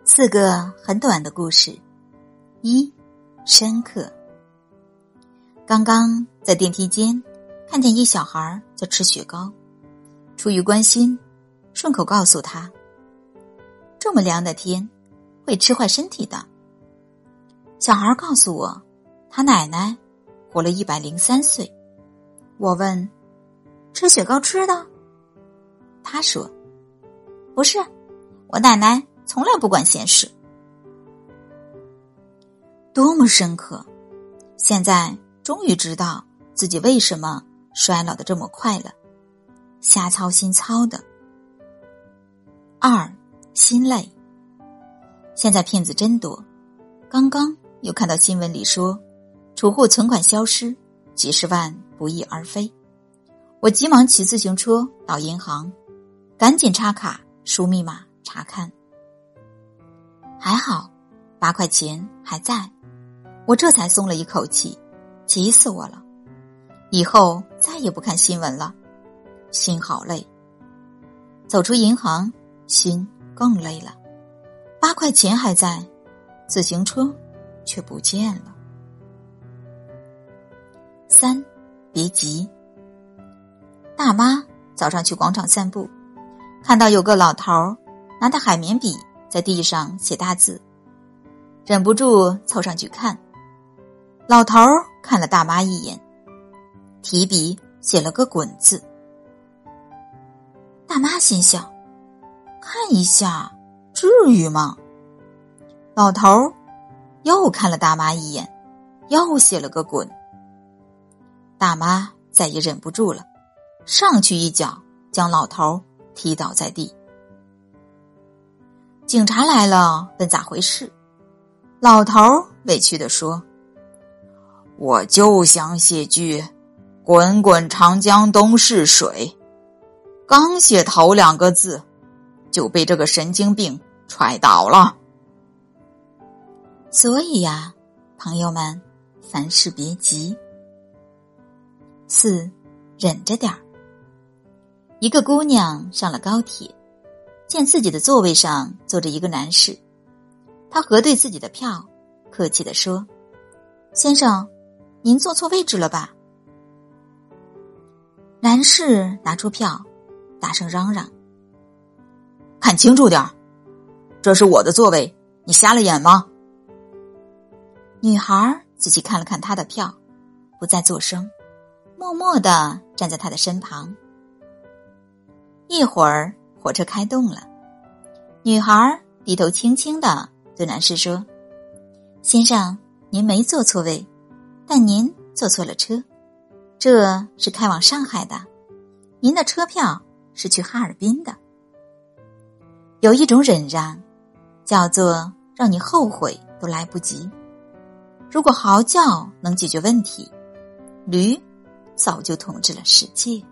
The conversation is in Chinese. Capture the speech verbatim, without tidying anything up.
四个很短的故事。一、深刻。刚刚在电梯间看见一小孩在吃雪糕，出于关心，顺口告诉他，这么凉的天会吃坏身体的。小孩告诉我，他奶奶活了一百零三岁。我问，吃雪糕吃的？他说，不是，我奶奶从来不管闲事。多么深刻！现在终于知道自己为什么衰老得这么快了，瞎操心操的。二、心累。现在骗子真多，刚刚又看到新闻里说，储户存款消失，几十万不翼而飞。我急忙骑自行车到银行，赶紧插卡输密码查看。还好八块钱还在，我这才松了一口气，急死我了。以后再也不看新闻了，心好累。走出银行，心更累了。八块钱还在，自行车却不见了。三、别急。大妈早上去广场散步，看到有个老头拿着海绵笔在地上写大字，忍不住凑上去看。老头看了大妈一眼，提笔写了个滚字。大妈心想，看一下至于吗？老头又看了大妈一眼，又写了个滚。大妈再也忍不住了，上去一脚将老头踢倒在地。警察来了，问咋回事。老头委屈地说，我就想写句滚滚长江东逝水，刚写头两个字就被这个神经病踹倒了。所以呀，朋友们，凡事别急。四、忍着点儿。一个姑娘上了高铁，见自己的座位上坐着一个男士，她核对自己的票，客气地说，先生，您坐错位置了吧？男士拿出票，大声嚷嚷，看清楚点儿，这是我的座位，你瞎了眼吗？女孩仔细看了看他的票，不再作声，默默地站在他的身旁。一会儿火车开动了，女孩低头轻轻地对男士说，先生，您没坐错位，但您坐错了车，这是开往上海的，您的车票是去哈尔滨的。有一种忍让，叫做让你后悔都来不及。如果嚎叫能解决问题，驴早就统治了世界。